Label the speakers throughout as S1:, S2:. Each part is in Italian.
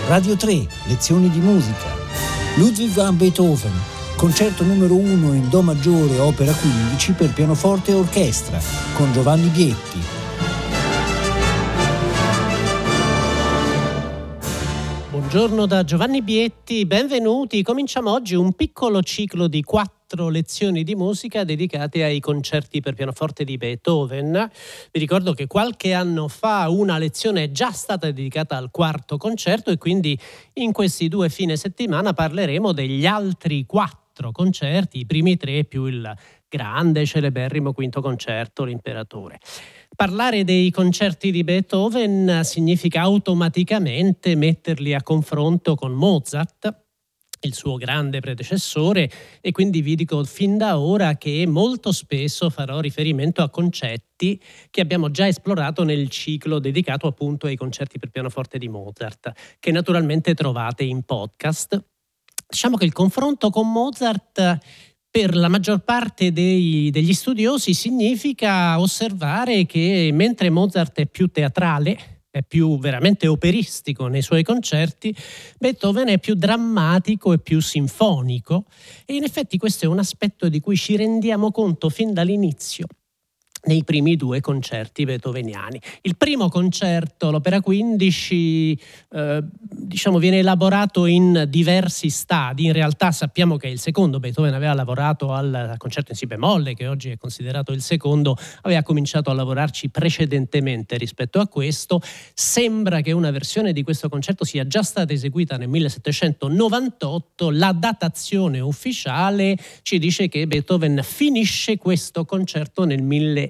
S1: Radio 3, lezioni di musica. Ludwig van Beethoven, concerto numero 1 in Do maggiore, opera 15 per pianoforte e orchestra, con Giovanni Bietti.
S2: Buongiorno da Giovanni Bietti, benvenuti. Cominciamo oggi un piccolo ciclo di 4 lezioni di musica dedicate ai concerti per pianoforte di Beethoven. Vi ricordo che qualche anno fa una lezione è già stata dedicata al 4º concerto e quindi in questi 2 fine settimana parleremo degli altri 4 concerti, i primi 3 più il grande, celeberrimo 5º concerto, l'Imperatore. Parlare dei concerti di Beethoven significa automaticamente metterli a confronto con Mozart, il suo grande predecessore, e quindi vi dico fin da ora che molto spesso farò riferimento a concetti che abbiamo già esplorato nel ciclo dedicato appunto ai concerti per pianoforte di Mozart, che naturalmente trovate in podcast. Diciamo che il confronto con Mozart per la maggior parte degli studiosi significa osservare che mentre Mozart è più teatrale, è più veramente operistico nei suoi concerti, Beethoven è più drammatico e più sinfonico, e in effetti questo è un aspetto di cui ci rendiamo conto fin dall'inizio nei primi 2 concerti beethoveniani. Il primo concerto, l'opera 15, viene elaborato in diversi stadi. In realtà sappiamo che il secondo, Beethoven aveva lavorato al concerto in si bemolle, che oggi è considerato il secondo, aveva cominciato a lavorarci precedentemente rispetto a questo. Sembra che una versione di questo concerto sia già stata eseguita nel 1798. La datazione ufficiale ci dice che Beethoven finisce questo concerto nel 1800.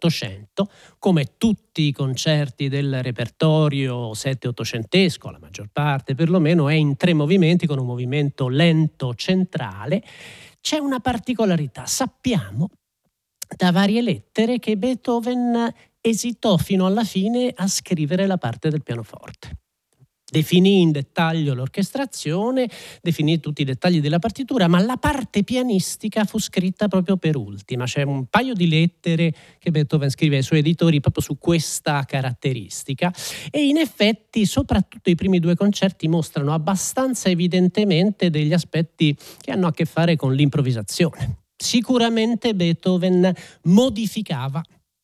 S2: Come tutti i concerti del repertorio 7-800esco, la maggior parte perlomeno, è in 3 movimenti, con un movimento lento centrale. C'è una particolarità: sappiamo da varie lettere che Beethoven esitò fino alla fine a scrivere la parte del pianoforte. Definì in dettaglio l'orchestrazione, definì tutti i dettagli della partitura, ma la parte pianistica fu scritta proprio per ultima. C'è un paio di lettere che Beethoven scrive ai suoi editori proprio su questa caratteristica, e in effetti soprattutto i primi 2 concerti mostrano abbastanza evidentemente degli aspetti che hanno a che fare con l'improvvisazione. Sicuramente Beethoven modificava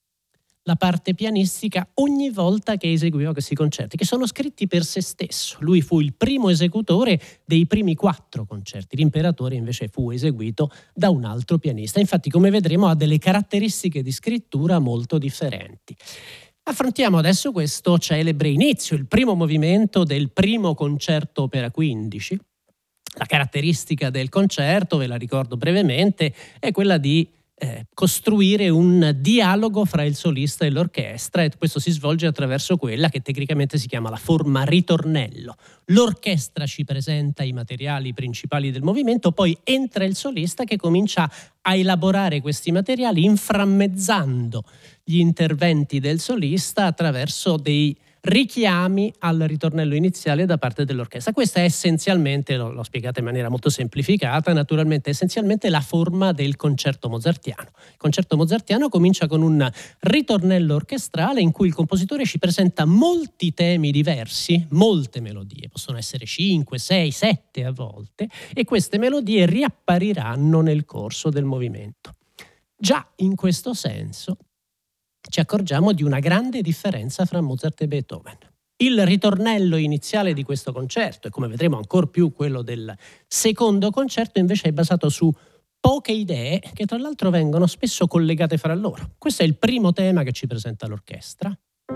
S2: la parte pianistica ogni volta che eseguiva questi concerti, che sono scritti per se stesso. Lui fu il primo esecutore dei primi 4 concerti. L'Imperatore invece fu eseguito da un altro pianista. Infatti, come vedremo, ha delle caratteristiche di scrittura molto differenti. Affrontiamo adesso questo celebre inizio, il primo movimento del primo concerto opera 15. La caratteristica del concerto, ve la ricordo brevemente, è quella di costruire un dialogo fra il solista e l'orchestra, e questo si svolge attraverso quella che tecnicamente si chiama la forma ritornello. L'orchestra ci presenta i materiali principali del movimento, poi entra il solista che comincia a elaborare questi materiali inframmezzando gli interventi del solista attraverso dei richiami al ritornello iniziale da parte dell'orchestra. Questa è essenzialmente, l'ho spiegata in maniera molto semplificata, naturalmente essenzialmente la forma del concerto mozartiano. Il concerto mozartiano comincia con un ritornello orchestrale in cui il compositore ci presenta molti temi diversi, molte melodie, possono essere 5, 6, 7 a volte, e queste melodie riappariranno nel corso del movimento. Già in questo senso ci accorgiamo di una grande differenza fra Mozart e Beethoven. Il ritornello iniziale di questo concerto, e come vedremo ancor più quello del secondo concerto, invece è basato su poche idee che tra l'altro vengono spesso collegate fra loro. Questo è il primo tema che ci presenta l'orchestra.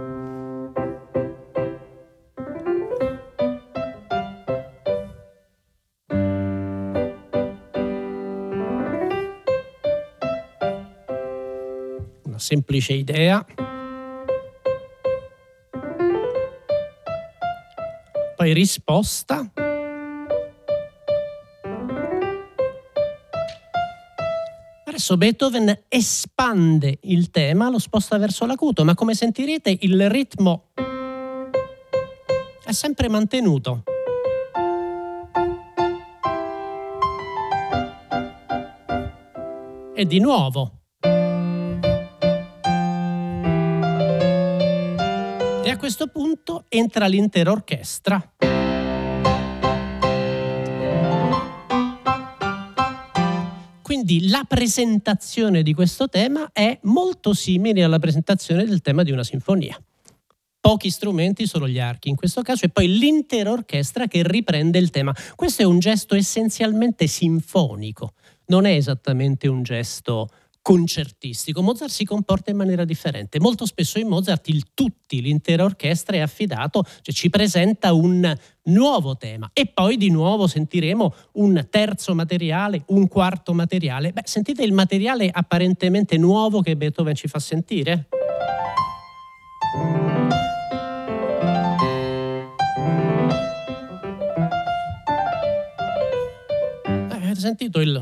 S2: Una semplice idea. Poi risposta. Adesso Beethoven espande il tema, lo sposta verso l'acuto, ma come sentirete il ritmo è sempre mantenuto. E di nuovo. E a questo punto entra l'intera orchestra. quindi la presentazione di questo tema è molto simile alla presentazione del tema di una sinfonia. Pochi strumenti, solo gli archi in questo caso, e poi l'intera orchestra che riprende il tema. Questo è un gesto essenzialmente sinfonico, non è esattamente un gesto concertistico. Mozart si comporta in maniera differente. Molto spesso in Mozart l'intera orchestra è affidato, cioè ci presenta un nuovo tema e poi di nuovo sentiremo un terzo materiale, un quarto materiale. Sentite il materiale apparentemente nuovo che Beethoven ci fa sentire? Avete sentito il...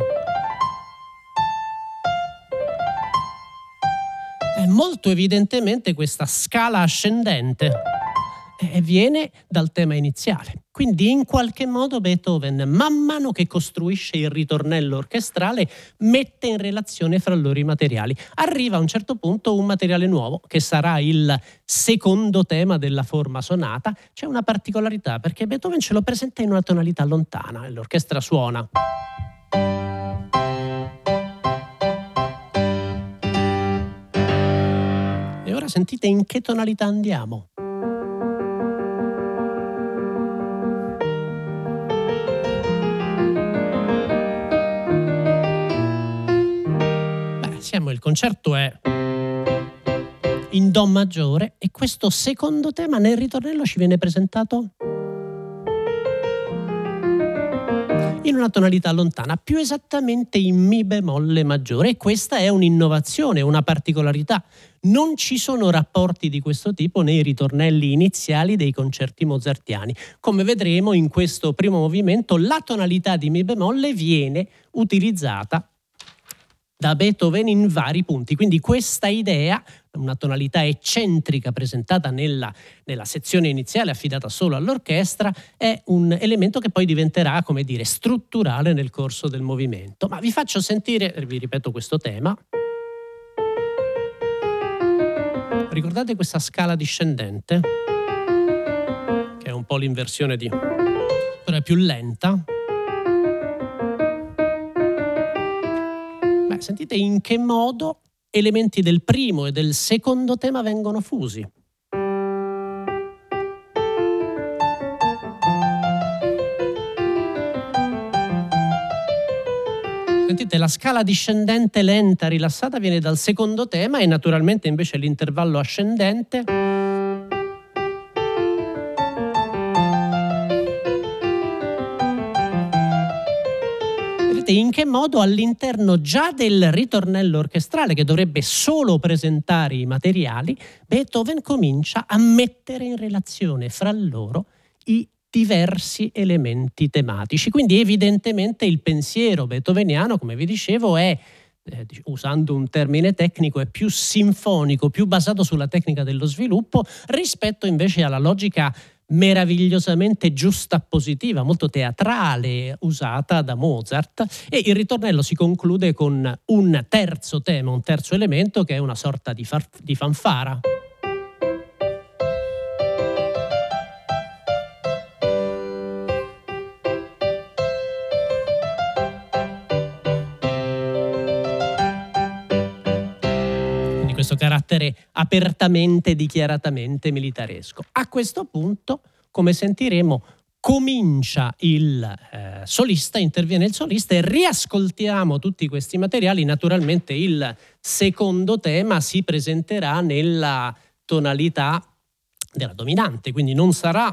S2: Molto evidentemente questa scala ascendente viene dal tema iniziale. Quindi in qualche modo Beethoven, man mano che costruisce il ritornello orchestrale, mette in relazione fra loro i materiali. Arriva a un certo punto un materiale nuovo, che sarà il secondo tema della forma sonata. C'è una particolarità, perché Beethoven ce lo presenta in una tonalità lontana e l'orchestra suona. E ora sentite in che tonalità andiamo. Il concerto è in Do maggiore e questo secondo tema nel ritornello ci viene presentato in una tonalità lontana, più esattamente in Mi bemolle maggiore, e questa è un'innovazione, una particolarità. Non ci sono rapporti di questo tipo nei ritornelli iniziali dei concerti mozartiani. Come vedremo in questo primo movimento, la tonalità di Mi bemolle viene utilizzata da Beethoven in vari punti. Quindi questa idea, una tonalità eccentrica presentata nella sezione iniziale affidata solo all'orchestra, è un elemento che poi diventerà, come dire, strutturale nel corso del movimento. Ma vi faccio sentire, vi ripeto questo tema. Ricordate questa scala discendente? Che è un po' l'inversione di... però è più lenta. Sentite in che modo elementi del primo e del secondo tema vengono fusi. Sentite, la scala discendente lenta, rilassata, viene dal secondo tema e naturalmente invece l'intervallo ascendente in che modo all'interno già del ritornello orchestrale, che dovrebbe solo presentare i materiali, Beethoven comincia a mettere in relazione fra loro i diversi elementi tematici. Quindi evidentemente il pensiero beethoveniano, come vi dicevo, è, usando un termine tecnico, è più sinfonico, più basato sulla tecnica dello sviluppo rispetto invece alla logica meravigliosamente giustappositiva, molto teatrale, usata da Mozart. E il ritornello si conclude con un terzo tema, un terzo elemento che è una sorta di fanfara. Questo carattere apertamente, dichiaratamente militaresco. A questo punto, come sentiremo, comincia il solista, interviene il solista e riascoltiamo tutti questi materiali. Naturalmente il secondo tema si presenterà nella tonalità della dominante, quindi non sarà,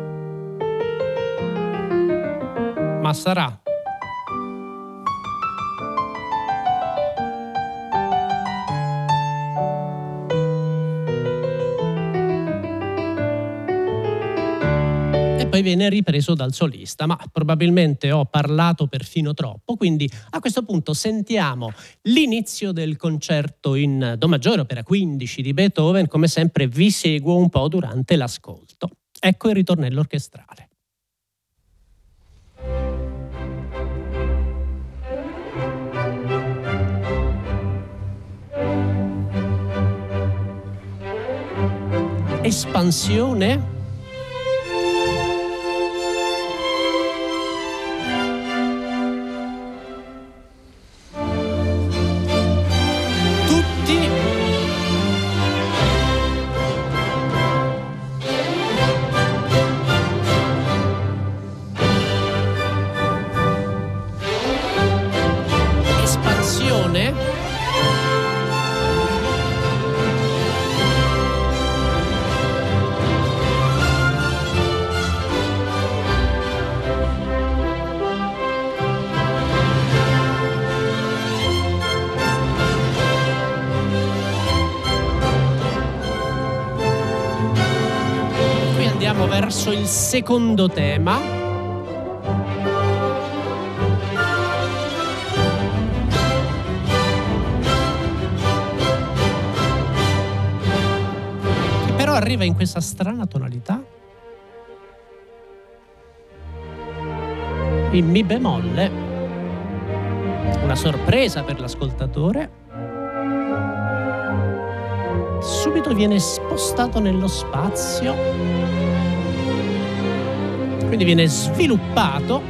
S2: ma sarà poi viene ripreso dal solista, ma probabilmente ho parlato perfino troppo, quindi a questo punto sentiamo l'inizio del concerto in Do maggiore, opera 15 di Beethoven. Come sempre vi seguo un po' durante l'ascolto. Ecco il ritornello orchestrale. Espansione. andiamo verso il secondo tema. Che però arriva in questa strana tonalità. In Mi bemolle. Una sorpresa per l'ascoltatore. Subito viene spostato nello spazio, quindi viene sviluppato.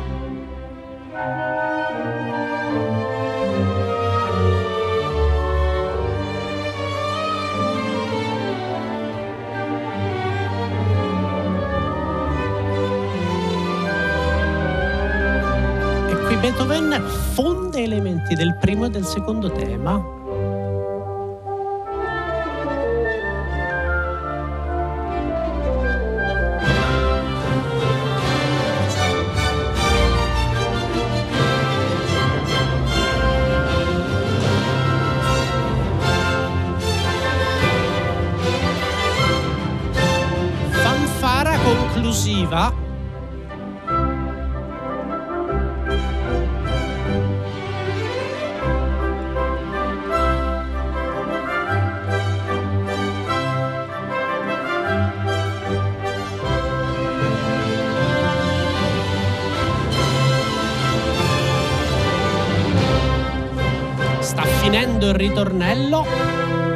S2: E qui Beethoven fonde elementi del primo e del secondo tema. Conclusiva. Sta finendo il ritornello.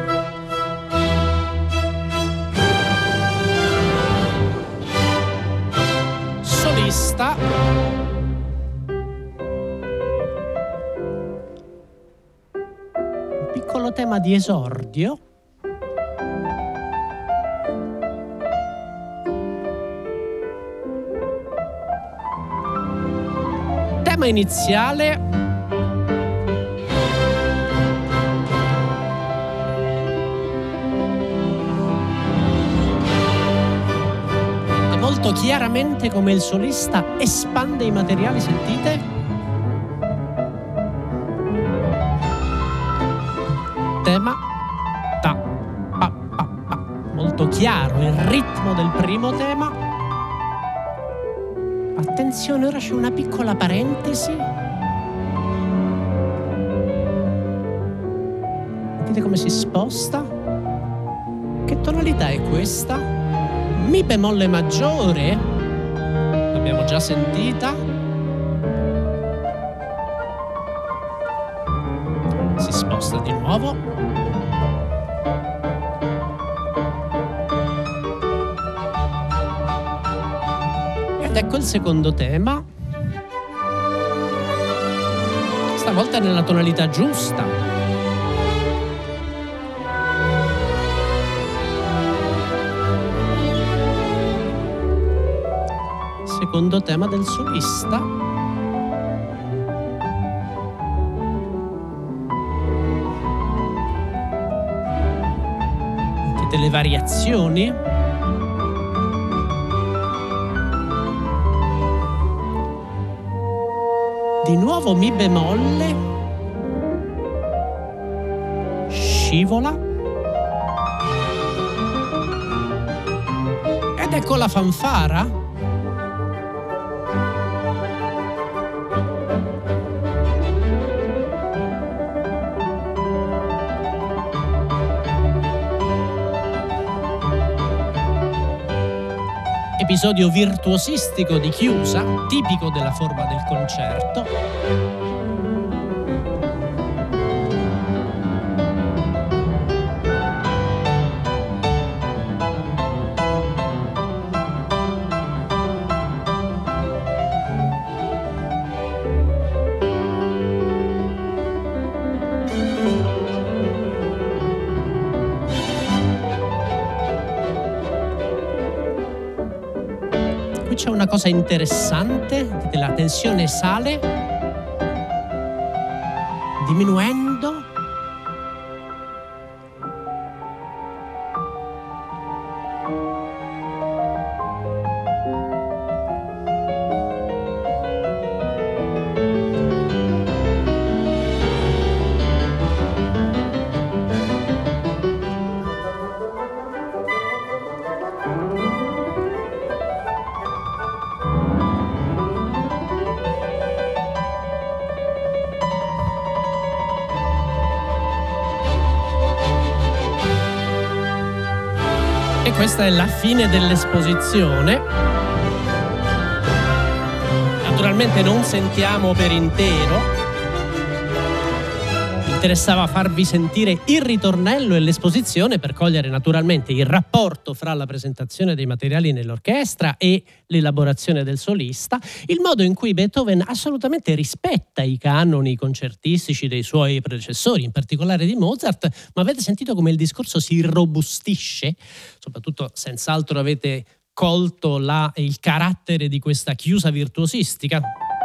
S2: Un piccolo tema di esordio. Tema iniziale. Molto chiaramente come il solista espande i materiali, sentite? Tema ta pa pa pa. Molto chiaro il ritmo del primo tema. Attenzione, ora c'è una piccola parentesi. Sentite come si sposta? Che tonalità è questa? Mi bemolle maggiore, l'abbiamo già sentita. Si sposta di nuovo. Ed ecco il secondo tema. Stavolta nella tonalità giusta. Secondo tema del solista. Sentite le variazioni. Di nuovo Mi bemolle. Scivola. Ed ecco la fanfara. Episodio virtuosistico di chiusa, tipico della forma del concerto. C'è una cosa interessante, la tensione sale, diminuendo. Questa è la fine dell'esposizione. Naturalmente non sentiamo per intero. Interessava farvi sentire il ritornello e l'esposizione per cogliere naturalmente il rapporto fra la presentazione dei materiali nell'orchestra e l'elaborazione del solista, il modo in cui Beethoven assolutamente rispetta i canoni concertistici dei suoi predecessori, in particolare di Mozart, ma avete sentito come il discorso si irrobustisce? Soprattutto, senz'altro avete colto il carattere di questa chiusa virtuosistica.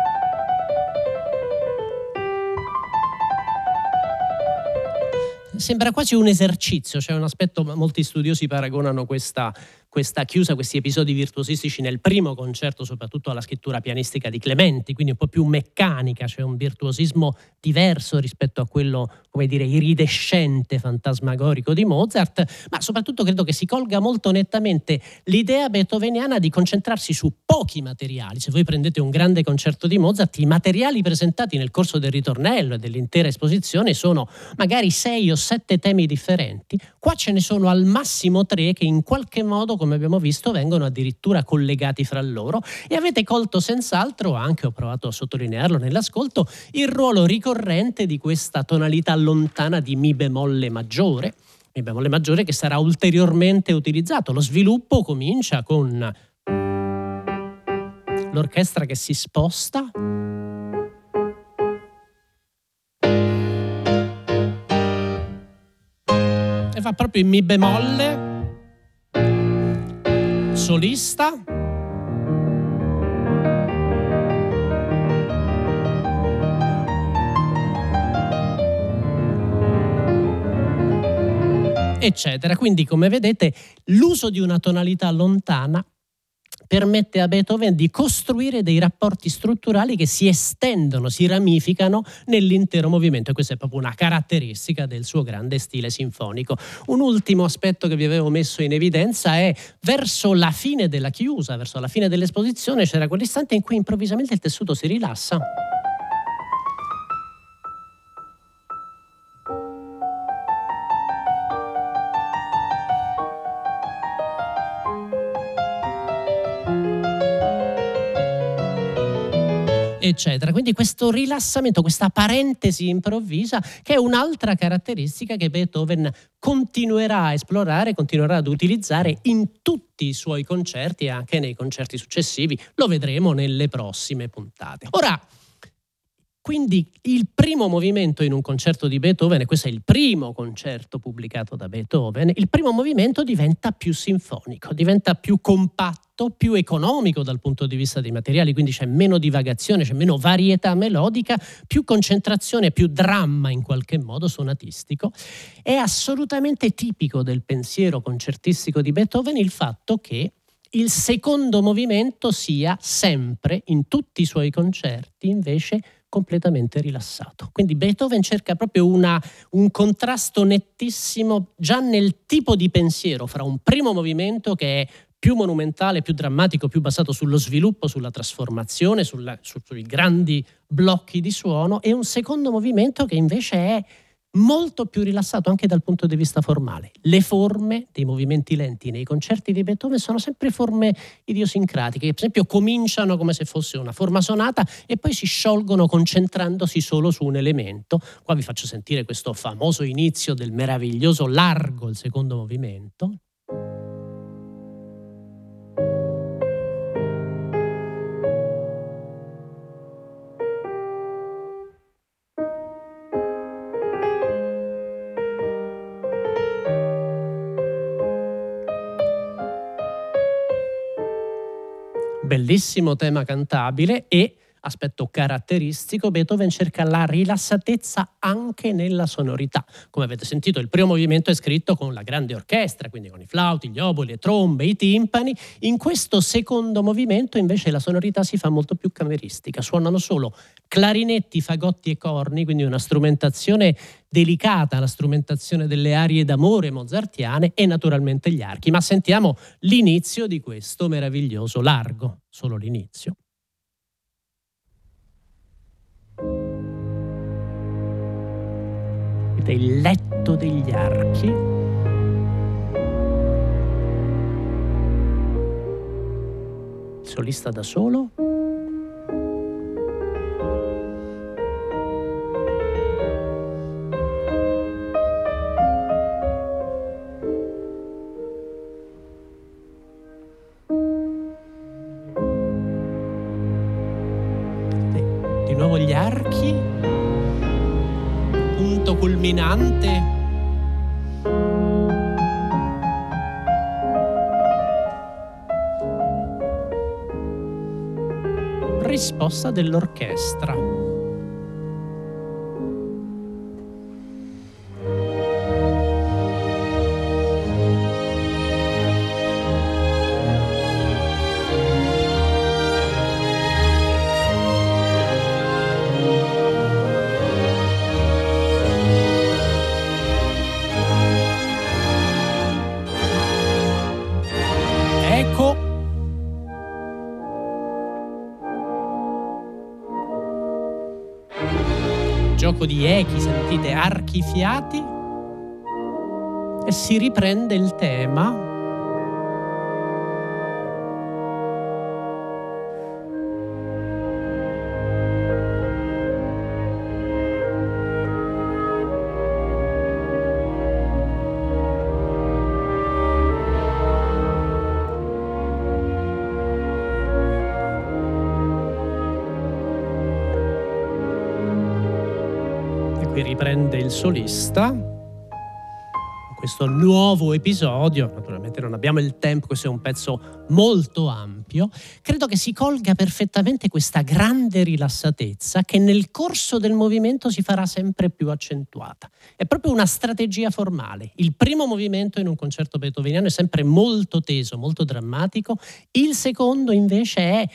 S2: Sembra quasi un esercizio, c'è un aspetto, molti studiosi paragonano questa chiusa, questi episodi virtuosistici nel primo concerto, soprattutto alla scrittura pianistica di Clementi, quindi un po' più meccanica, c'è un virtuosismo diverso rispetto a quello, come dire, iridescente, fantasmagorico di Mozart, ma soprattutto credo che si colga molto nettamente l'idea beethoveniana di concentrarsi su pochi materiali. Se voi prendete un grande concerto di Mozart, i materiali presentati nel corso del ritornello e dell'intera esposizione sono magari 6 o 7 temi differenti. Qua ce ne sono al massimo 3 che in qualche modo, come abbiamo visto, vengono addirittura collegati fra loro, e avete colto senz'altro, anche ho provato a sottolinearlo nell'ascolto, il ruolo ricorrente di questa tonalità lontana di Mi bemolle maggiore che sarà ulteriormente utilizzato. Lo sviluppo comincia con l'orchestra che si sposta e fa proprio in Mi bemolle, solista, eccetera. Quindi, come vedete, l'uso di una tonalità lontana permette a Beethoven di costruire dei rapporti strutturali che si estendono, si ramificano nell'intero movimento, e questa è proprio una caratteristica del suo grande stile sinfonico. Un ultimo aspetto che vi avevo messo in evidenza è verso la fine della chiusa, verso la fine dell'esposizione, c'era quell'istante in cui improvvisamente il tessuto si rilassa. Eccetera. Quindi questo rilassamento, questa parentesi improvvisa, che è un'altra caratteristica che Beethoven continuerà a esplorare, continuerà ad utilizzare in tutti i suoi concerti e anche nei concerti successivi. Lo vedremo nelle prossime puntate. Ora, quindi il primo movimento in un concerto di Beethoven, e questo è il primo concerto pubblicato da Beethoven, il primo movimento diventa più sinfonico, diventa più compatto, più economico dal punto di vista dei materiali, quindi c'è meno divagazione, c'è meno varietà melodica, più concentrazione, più dramma in qualche modo suonatistico. È assolutamente tipico del pensiero concertistico di Beethoven il fatto che il secondo movimento sia sempre, in tutti i suoi concerti, invece completamente rilassato. Quindi Beethoven cerca proprio un contrasto nettissimo già nel tipo di pensiero fra un primo movimento che è più monumentale, più drammatico, più basato sullo sviluppo, sulla trasformazione, sui grandi blocchi di suono, e un secondo movimento che invece è molto più rilassato anche dal punto di vista formale. Le forme dei movimenti lenti nei concerti di Beethoven sono sempre forme idiosincratiche, per esempio cominciano come se fosse una forma sonata e poi si sciolgono concentrandosi solo su un elemento. Qua vi faccio sentire questo famoso inizio del meraviglioso largo, il secondo movimento. Bellissimo tema cantabile e, aspetto caratteristico, Beethoven cerca la rilassatezza anche nella sonorità. Come avete sentito, il primo movimento è scritto con la grande orchestra, quindi con i flauti, gli oboli, le trombe, i timpani. In questo secondo movimento invece la sonorità si fa molto più cameristica, suonano solo clarinetti, fagotti e corni, quindi una strumentazione delicata, la strumentazione delle arie d'amore mozartiane, e naturalmente gli archi. Ma sentiamo l'inizio di questo meraviglioso largo, solo l'inizio. Il letto degli archi. solista da solo. Di nuovo gli archi, punto culminante. Risposta dell'orchestra. Ecco. Gioco di echi, sentite, archi fiati, e si riprende il tema. Qui riprende il solista in questo nuovo episodio. Naturalmente non abbiamo il tempo, questo è un pezzo molto ampio. Credo che si colga perfettamente questa grande rilassatezza che nel corso del movimento si farà sempre più accentuata. È proprio una strategia formale. Il primo movimento in un concerto beethoveniano è sempre molto teso, molto drammatico. Il secondo invece è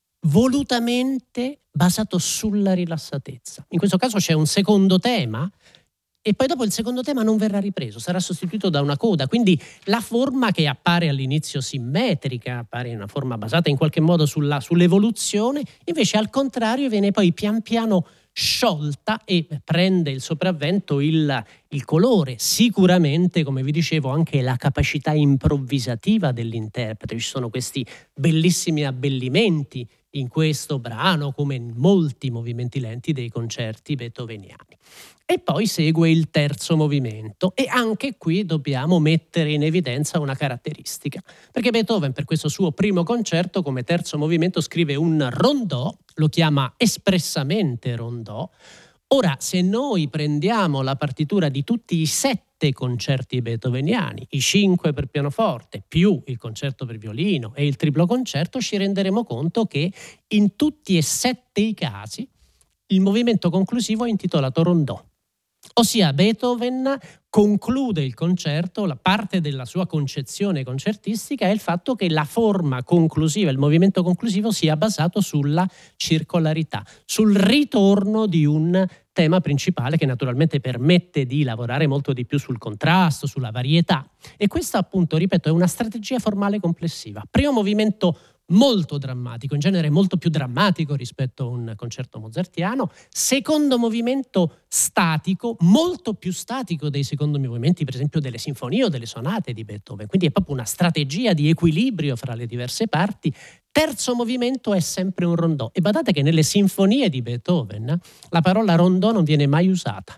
S2: volutamente basato sulla rilassatezza. In questo caso c'è un secondo tema e poi dopo il secondo tema non verrà ripreso, sarà sostituito da una coda, quindi la forma che appare all'inizio simmetrica, appare in una forma basata in qualche modo sull'evoluzione, invece al contrario viene poi pian piano sciolta e prende il sopravvento il colore. Sicuramente, come vi dicevo, anche la capacità improvvisativa dell'interprete. Ci sono questi bellissimi abbellimenti in questo brano, come in molti movimenti lenti dei concerti beethoveniani. E poi segue il terzo movimento e anche qui dobbiamo mettere in evidenza una caratteristica, perché Beethoven per questo suo primo concerto come terzo movimento scrive un rondò, lo chiama espressamente rondò. Ora, se noi prendiamo la partitura di tutti i 7 concerti beethoveniani, i 5 per pianoforte, più il concerto per violino e il triplo concerto, ci renderemo conto che in tutti e 7 i casi il movimento conclusivo è intitolato rondò. Ossia Beethoven conclude il concerto, la parte della sua concezione concertistica è il fatto che la forma conclusiva, il movimento conclusivo sia basato sulla circolarità, sul ritorno di un tema principale che naturalmente permette di lavorare molto di più sul contrasto, sulla varietà. E questa appunto, ripeto, è una strategia formale complessiva. Primo movimento molto drammatico, in genere molto più drammatico rispetto a un concerto mozartiano. Secondo movimento statico, molto più statico dei secondi movimenti, per esempio delle sinfonie o delle sonate di Beethoven. Quindi è proprio una strategia di equilibrio fra le diverse parti. Terzo movimento è sempre un rondò. E badate che nelle sinfonie di Beethoven la parola rondò non viene mai usata.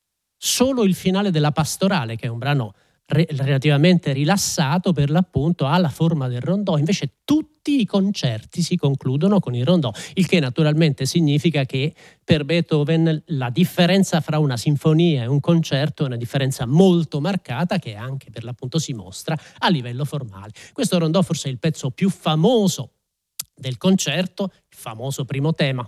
S2: Solo il finale della Pastorale, che è un brano relativamente rilassato per l'appunto, ha la forma del rondò. Invece tutti i concerti si concludono con il rondò, il che naturalmente significa che per Beethoven la differenza fra una sinfonia e un concerto è una differenza molto marcata, che anche per l'appunto si mostra a livello formale. Questo rondò forse è il pezzo più famoso del concerto, il famoso primo tema.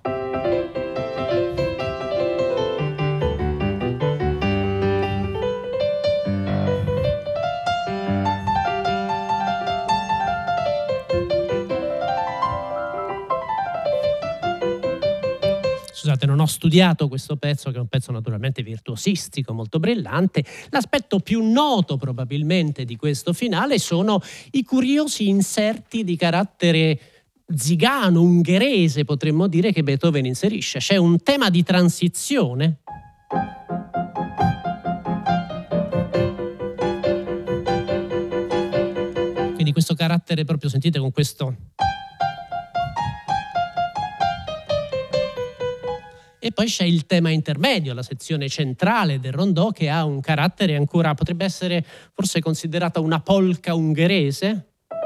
S2: Scusate, non ho studiato questo pezzo, che è un pezzo naturalmente virtuosistico, molto brillante. L'aspetto più noto probabilmente di questo finale sono i curiosi inserti di carattere zigano, ungherese, potremmo dire, che Beethoven inserisce. C'è un tema di transizione. Quindi questo carattere proprio, sentite, con questo E poi c'è il tema intermedio, la sezione centrale del rondò, che ha un carattere ancora, potrebbe essere forse considerata una polka ungherese.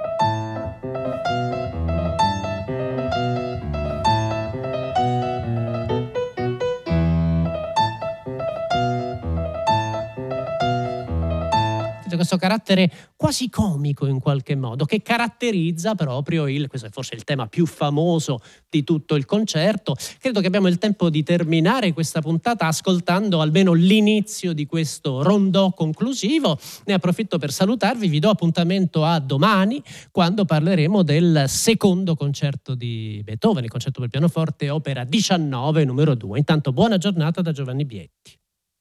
S2: Questo carattere quasi comico in qualche modo, che caratterizza proprio questo è forse il tema più famoso di tutto il concerto. Credo che abbiamo il tempo di terminare questa puntata ascoltando almeno l'inizio di questo rondò conclusivo. Ne approfitto per salutarvi, vi do appuntamento a domani, quando parleremo del secondo concerto di Beethoven, il concerto per pianoforte opera 19 numero 2. Intanto buona giornata da Giovanni Bietti.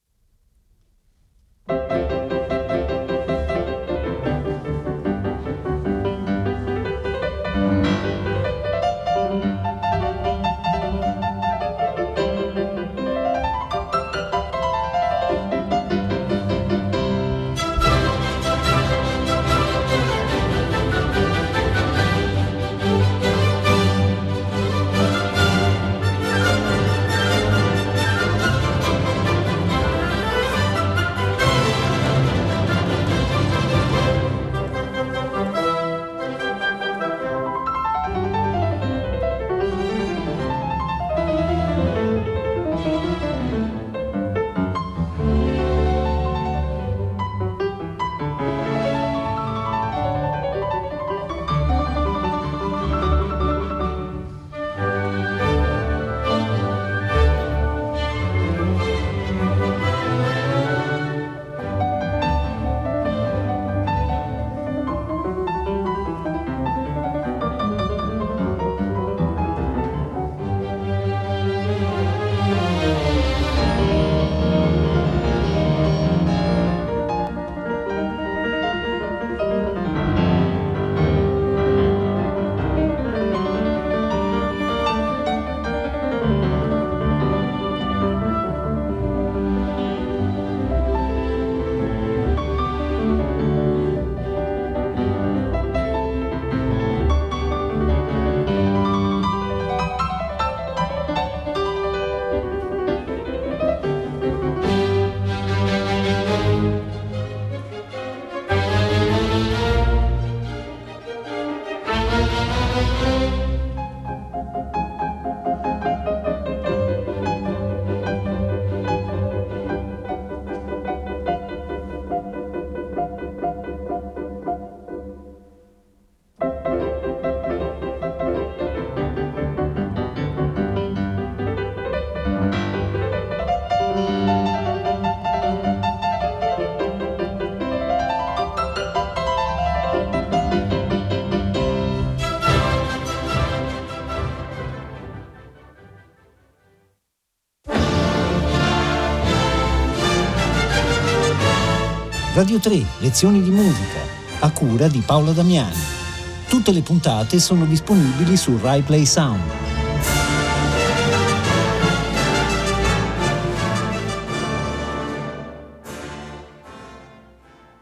S1: Radio 3, lezioni di musica, a cura di Paolo Damiani. Tutte le puntate sono disponibili su Rai Play Sound.